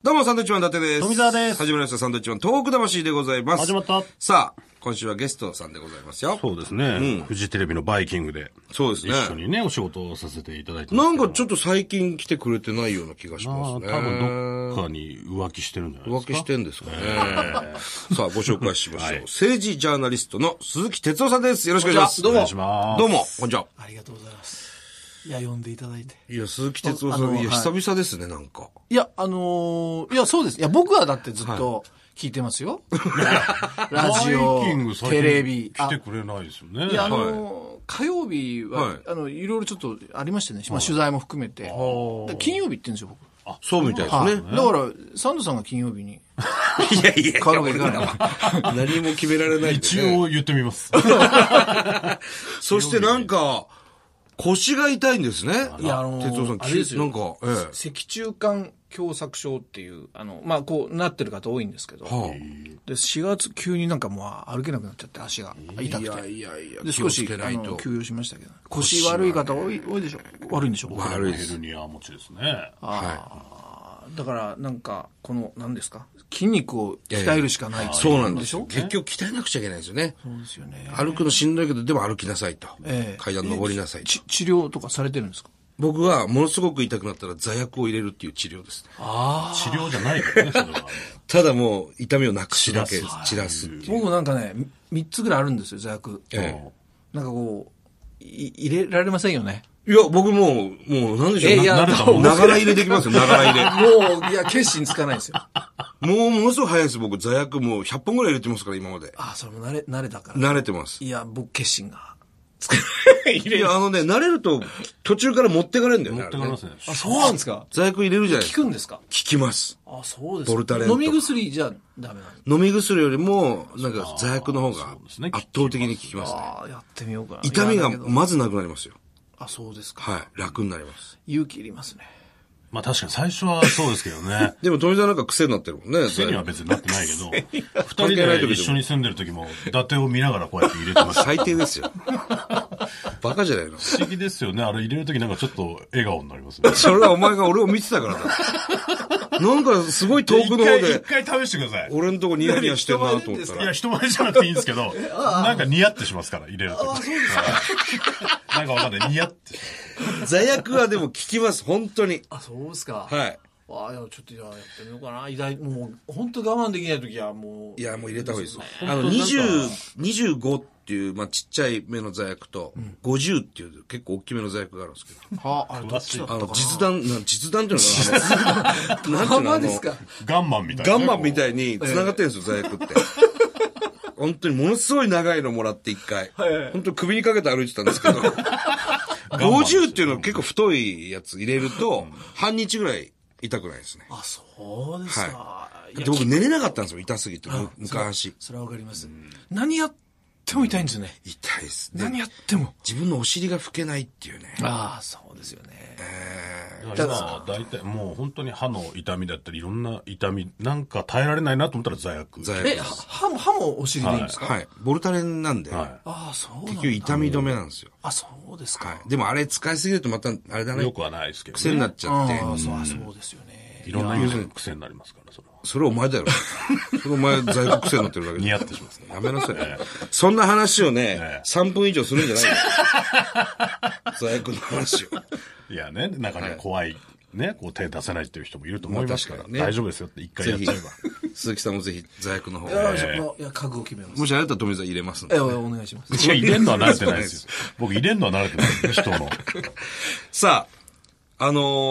どうも、サンドウィッチマン伊達です。 富澤です。 始まりました、サンドウィッチマントーク魂でございます。 始まった。 さあ、今週はゲストさんでございますよ。 そうですね。フジテレビのバイキングで。 そうですね。 一緒にね、お仕事をさせていただいてます。 なんかちょっと最近来てくれてないような気がしますね。 多分どっかに浮気してるんじゃないですか。 浮気してんですかね。さあ、ご紹介しましょう。政治ジャーナリストの鈴木哲夫さんです。よろしくお願いします。 どうも。お願いします。 どうも、こんにちは。 ありがとうございます。いや、呼んでいただいて。 いや、鈴木哲夫さん、いや、久々ですね、なんか。 いや、いや、そうです。いや、僕はだってずっと聞いてますよ。ラジオ、テレビ。 来てくれないですよね。 いや、火曜日は、いろいろちょっとありましてね、まあ、取材も含めて。金曜日って言うんですよ、僕。 あ、そうみたいですね。 だから、サンドさんが金曜日に。 いやいや、 買わなきゃいかない。何も決められないんでね。 一応言ってみます。 そしてなんか、腰が痛いんですね。 いや、 哲夫さん、 あれですよ。 なんか、 脊柱管狭窄症っていう、まあ、こうなってる方多いんですけど、で、4月急になんかもう歩けなくなっちゃって足が痛くて。 いや、 で、少し、休養しましたけど。腰悪い方多いでしょ。悪いんでしょ。 悪いです。 ヘルニア持ちですね。 だから、なんか、何ですか筋肉を鍛えるしかないってそうなんでよ。 でしょ。 結局鍛えなくちゃいけないんですよね。 そうですよね。 歩くのしんどいけど、でも歩きなさいと。階段登りなさいと。 治療とかされてるんですか？ 僕は、ものすごく痛くなったら座薬を入れるっていう治療ですね。 治療じゃないからね、それは。 ただもう、痛みをなくすだけ、散らすっていう。 僕もなんかね、3つぐらいあるんですよ、座薬。なんかこう、入れられませんよね。 いや、僕もう、なんでしょう。ながら入れできますよ、ながら入れ。 もう、いや、決心つかないですよ。 ものすごい早いです、僕。座薬もう100本ぐらい入れてますから、今まで。 それも慣れたから。 慣れてます。 いや、僕、決心が。 いや、慣れると、途中から持ってかれるんだよね。 持ってかれますね。 そうなんですか？ 座薬入れるじゃないですか。効くんですか？ 効きます。 そうですか。 ボルタレント。 飲み薬じゃダメなの？飲み薬よりも、なんか座薬の方が圧倒的に効きますね。 やってみようかな。 痛みがまずなくなりますよ。 そうですか。 はい。楽になります。 勇気いりますね。 まあ確かに最初はそうですけどね。 でも富澤なんか癖になってるもんね。 癖には別になってないけど、二人で一緒に住んでる時も、伊達を見ながらこうやって入れてました。 最低ですよ。バカじゃないの。 不思議ですよね。あれ入れる時なんかちょっと笑顔になりますね。 それはお前が俺を見てたからだ。なんかすごい遠くの方で。 一回試してください。 俺のとこニヤニヤしてるなと思ったら。 いや、人前じゃなくていいんですけど、なんかニヤってしますから、入れるとき。なんかわかんない。ニヤってします。座薬はでも効きます、本当に。 そうですか。 はい。 ちょっとやってみようかな。もう、本当我慢できないときはもう。 いや、もう入れた方がいいです。25っていう、まあ、ちっちゃい目の座薬と、50っていう結構大きめの座薬があるんですけど。 どっちだったかな。 実弾っていうのかな。 なんですか。 ガンマンみたいな。ガンマンみたいに繋がってるんですよ、座薬って。本当にものすごい長いのもらって一回。本当に首にかけて歩いてたんですけど。50っていうの結構太いやつ入れると、半日ぐらい痛くないですね。 そうですか。 で僕寝れなかったんですよ、痛すぎて、昔。 それはわかります。何やっても痛いんですよね。 痛いです。 何やっても。 自分のお尻が拭けないっていうね。 そうですよね。 今は大体もう本当に歯の痛みだったりいろんな痛みなんか耐えられないなと思ったら座薬。 歯もお尻でいいんですか？ はい。ボルタレンなんで。 そう結局痛み止めなんですよ。 そうですか。 でもあれ使いすぎるとまたあれだね。 よくはないですけど。 癖になっちゃって。 そうですよね。 いろんな意味で癖になりますからそれお前だよ。それお前座薬癖になってるだけで。 似合ってしますね。 やめなさい。そんな話をね、3分以上するんじゃないよ。座薬の話を。 いやね、中には怖い、ね、こう手出せないっていう人もいると思いますから、大丈夫ですよって一回やっちゃえば。 鈴木さんもぜひ座薬の方いや、覚悟決めます。 もしあれだったら富澤入れますんで。 お願いします。 いや、入れんのは慣れてないですよ。僕入れんのは慣れてないです人の。 さあ、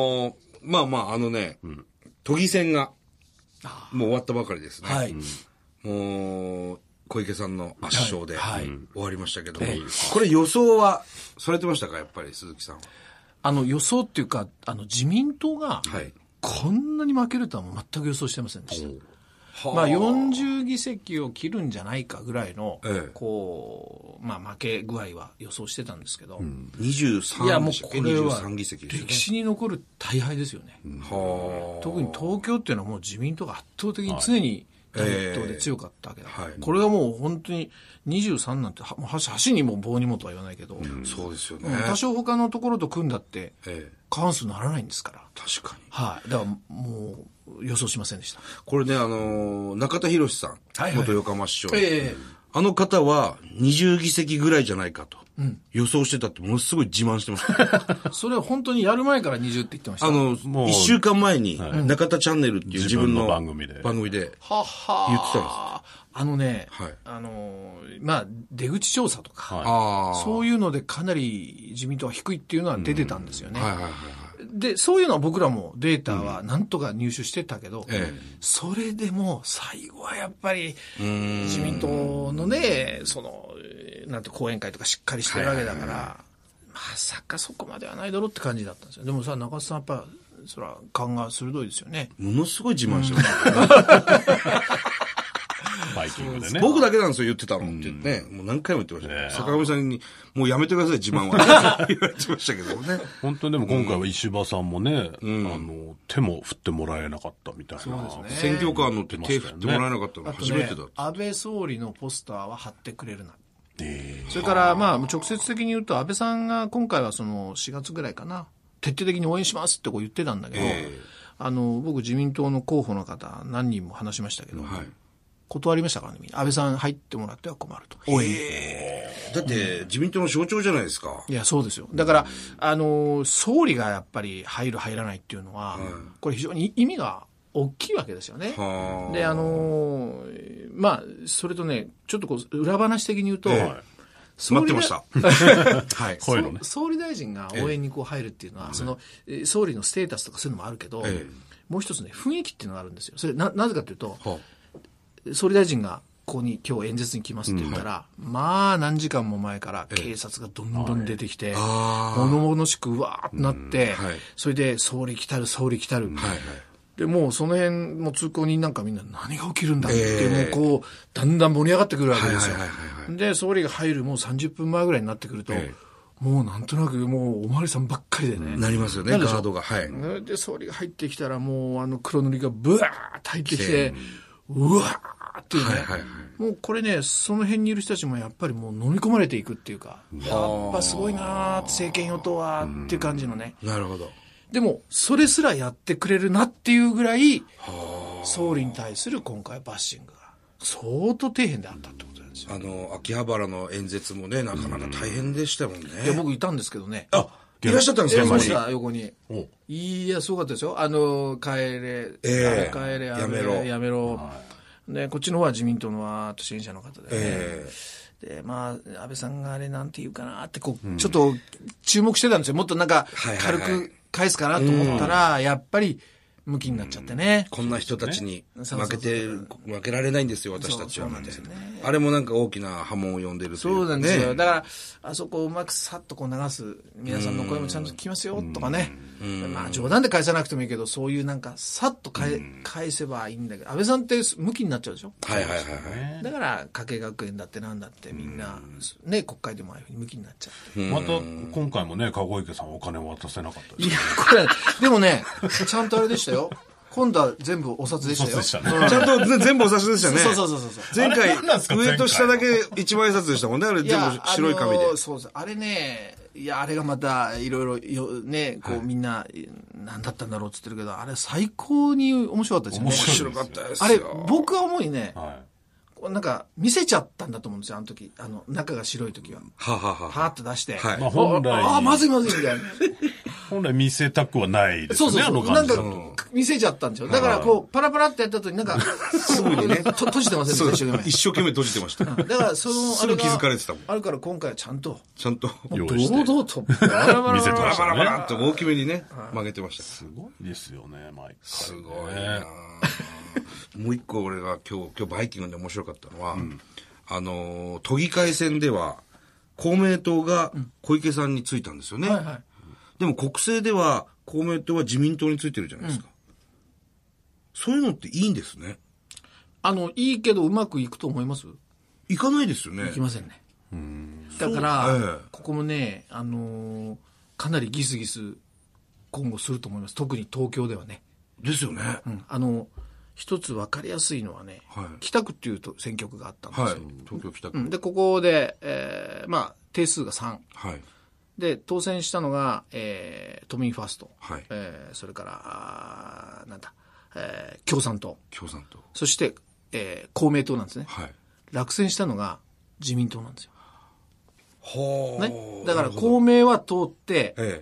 都議選が、もう終わったばかりですね。 はい。 もう、小池さんの圧勝で終わりましたけども、これ予想はされてましたか、やっぱり鈴木さんは。 予想っていうか、自民党が、こんなに負けるとは全く予想してませんでした。まあ40議席を切るんじゃないかぐらいの、負け具合は予想してたんですけど。 23 いや、もうこれは議席ですよね。 歴史に残る大敗ですよね。特に東京っていうのはもう自民党が圧倒的に常に第一党で強かったわけだから、これがもう本当に23なんて、橋にも棒にもとは言わないけど、 そうですよね。 多少他のところと組んだって、過半数ならないんですから。 確かに。 はい。だからもう予想しませんでした。 これね、中田博さん、元横浜市長。あの方は20議席ぐらいじゃないかと予想してたってものすごい自慢してました。 それは本当にやる前から20って言ってました。 1週間前に中田チャンネルっていう自分の番組で言ってたんです。まあ、出口調査とか、そういうのでかなり自民党は低いっていうのは出てたんですよね。で、そういうのは僕らもデータはなんとか入手してたけど、それでも最後はやっぱり自民党のね、なんて講演会とかしっかりしてるわけだから、まさかそこまではないだろうって感じだったんですよ。でもさ、中津さんやっぱ、それは勘が鋭いですよね。 ものすごい自慢してました。 バイキングでね。 僕だけなんですよ、言ってたのってね。もう何回も言ってましたね。坂上さんに、もうやめてください、自慢は。言われてましたけどね。 本当にでも今回は石破さんもね、手も振ってもらえなかったみたいな。 そうですね。選挙カー乗って手振ってもらえなかったの初めてだった。 安倍総理のポスターは貼ってくれるな。それから、まあ、直接的に言うと、安倍さんが今回は4月ぐらいかな、徹底的に応援しますってこう言ってたんだけど、僕自民党の候補の方何人も話しましたけど、断りましたからね、安倍さん入ってもらっては困ると。応援。 だって、自民党の象徴じゃないですか。 いや、そうですよ。だから、総理がやっぱり入る入らないっていうのは、これ非常に意味が大きいわけですよね。で、まあ、それとね、ちょっとこう、裏話的に言うと、 待ってました。 はい。こういうのね。総理大臣が応援にこう入るっていうのは、総理のステータスとかそういうのもあるけど、もう一つね、雰囲気っていうのがあるんですよ。それなぜかというと、総理大臣がここに今日演説に来ますって言ったら、まあ何時間も前から警察がどんどん出てきて、物々しくうわーってなって、それで総理来たる、総理来たる。で、もうその辺も通行人なんかみんな何が起きるんだって、もうこう、だんだん盛り上がってくるわけですよ。で、総理が入るもう30分前ぐらいになってくると、もうなんとなくもうおまわりさんばっかりでね。 なりますよね、ガードが。 で、総理が入ってきたらもう黒塗りがブワーッと入ってきて、うわーっていうね。もうこれね、その辺にいる人たちもやっぱりもう飲み込まれていくっていうか、やっぱすごいなー、政権与党はっていう感じのね。 なるほど。 でも、それすらやってくれるなっていうぐらい、総理に対する今回バッシングが相当底辺であったってことなんですよ。 秋葉原の演説もね、なかなか大変でしたもんね。 いや、僕いたんですけどね。 いらっしゃったんですか、 横に。いや、すごかったですよ。帰れ、やめろ。で、こっちの方は自民党の支援者の方でね。で、まあ、安倍さんがあれなんて言うかなって、こう、ちょっと注目してたんですよ。もっとなんか、軽く返すかなと思ったら、やっぱり、向きになっちゃってね。 こんな人たちに負けられないんですよ、私たちは。あれもなんか大きな波紋を呼んでるという。 そうなんですよ。だから、あそこをうまくさっとこう流す、皆さんの声もちゃんと聞きますよ、とかね。まあ冗談で返さなくてもいいけど、そういうなんか、さっと返せばいいんだけど、安倍さんって向きになっちゃうでしょ。だから、加計学園だってなんだってみんな、ね、国会でもああいうふうに向きになっちゃって。 また、今回もね、籠池さんお金を渡せなかったです。 いや、これ、でもね、ちゃんとあれでしたよ。今度は全部お札でしたよ。 ちゃんと全部お札でしたね。 そう。 前回、上と下だけ一万円札でしたもんね。あれ全部白い紙で。 そう。あれね、いや、あれがまた、いろいろ、ね、こうみんな、何だったんだろうって言ってるけど、あれ最高に面白かったですよね。 面白かったですよ。 あれ、僕は思いね、なんか、見せちゃったんだと思うんですよ、あの時。中が白い時は。パーッと出して。 まあ本来。 まずいみたいな。 本来見せたくはないですよね、 なんか、見せちゃったんですよ。だから、こう、パラパラってやった後になんか、 すぐにね、 閉じてませんでした、 一生懸命閉じてました。 だから、 すぐ気づかれてたもん。 あるから今回はちゃんと。 堂 々と。 見せてましたね。 バラって大きめにね、曲げてました。 すごいですよね、毎回。 すごいな。もう一個俺が今日バイキングで面白かったのは、都議会選では公明党が小池さんについたんですよね。でも国政では公明党は自民党についてるじゃないですか。そういうのっていいんですね。 いいけどうまくいくと思います？ いかないですよね。 いきませんね。だから、ここもね、かなりギスギス今後すると思います。特に東京ではね。 ですよね。 一つ分かりやすいのはね、北区っていうと選挙区があったんですよ。はい、 東京北区。 で、ここで、定数が3。 はい。 で、当選したのが、都民ファースト。 はい。 それから、共産党。そして、公明党なんですね。はい。落選したのが自民党なんですよ。ね。だから公明は通って、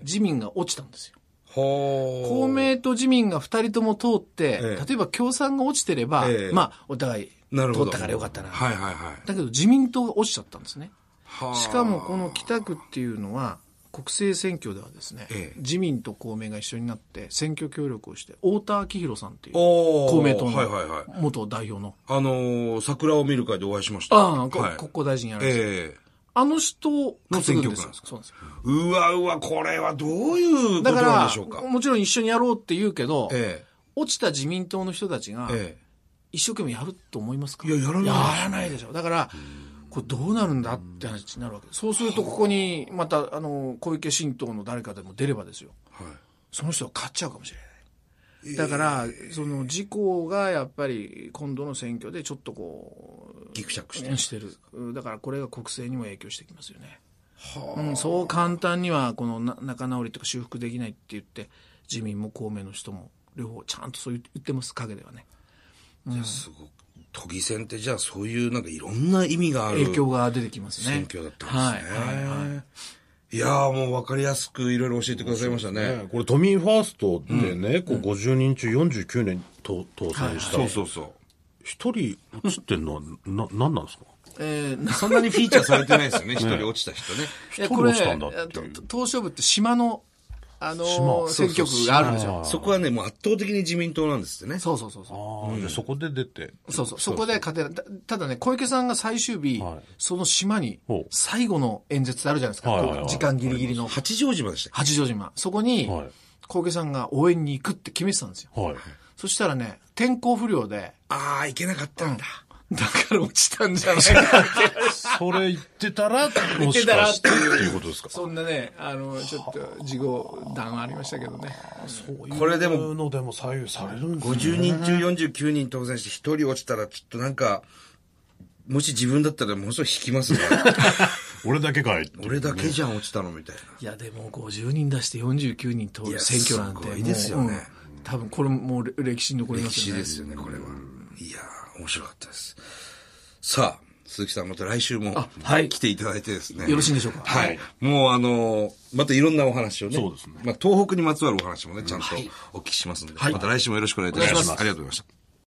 自民が落ちたんですよ。公明と自民が2人とも通って、例えば共産が落ちてれば、お互い通ったからよかったな。 はいはいはい。 だけど自民党が落ちちゃったんですね。しかもこの北区っていうのは、国政選挙ではですね、自民と公明が一緒になって選挙協力をして、太田昭宏さんっていう公明党の元代表の。 桜を見る会でお会いしました。 国交大臣やられてる。あの人の選挙区なんですか？ そうなんですよ。 うわ、これはどういうことなんでしょうか。 だからもちろん一緒にやろうって言うけど、落ちた自民党の人たちが一生懸命やると思いますか？ いや、やらないでしょ。だから、これどうなるんだって話になるわけです。そうするとここにまた小池新党の誰かでも出ればですよ。その人は勝っちゃうかもしれない。だから、その自公がやっぱり今度の選挙でちょっとギクシャクしてる。だからこれが国政にも影響してきますよね。そう簡単にはこの仲直りとか修復できないって言って、自民も公明の人も両方ちゃんとそう言ってます、陰ではね。 いや、すごく。都議選ってじゃあそういうなんかいろんな意味がある。 影響が出てきますね。 選挙だったんですね。いやー、もう分かりやすくいろいろ教えてくださいましたね。 これ都民ファーストでね、50人中49年当選した。 そう。 一人落ちてんのは何なんですか？ そんなにフィーチャーされてないですよね、一人落ちた人ね。 一人落ちたんだっていう。 東証部って島の、選挙区があるんですよ。 そこはね、もう圧倒的に自民党なんですってね。 そう。 じゃあそこで出て。 そこで勝てる。ただね、小池さんが最終日、その島に、最後の演説ってあるじゃないですか。時間ギリギリの。 八丈島でしたっけ？ 八丈島。そこに、小池さんが応援に行くって決めてたんですよ。そしたらね、天候不良で。 行けなかったんだ。 だから落ちたんじゃないかって。 それ言ってたら、もしかしてっていうことですか？ そんなね、ちょっと自業談はありましたけどね。 これでものでも左右されるんですね。 50人中49人当選して1人落ちたら、ちょっとなんか、もし自分だったらものすごい引きますね。 俺だけかい。 俺だけじゃん落ちたのみたいな。 いや、でも50人出して49人と選挙なんて。 すごいですよね。 多分これも歴史に残りますよね。 歴史ですよね、これは。いやー、面白かったです。さあ、鈴木さんまた来週も来ていただいてですね。 よろしいんでしょうか？ はい。もうまたいろんなお話をね。 そうですね。 東北にまつわるお話もね、ちゃんとお聞きしますので、また来週もよろしくお願いいたします。ありがとうございました。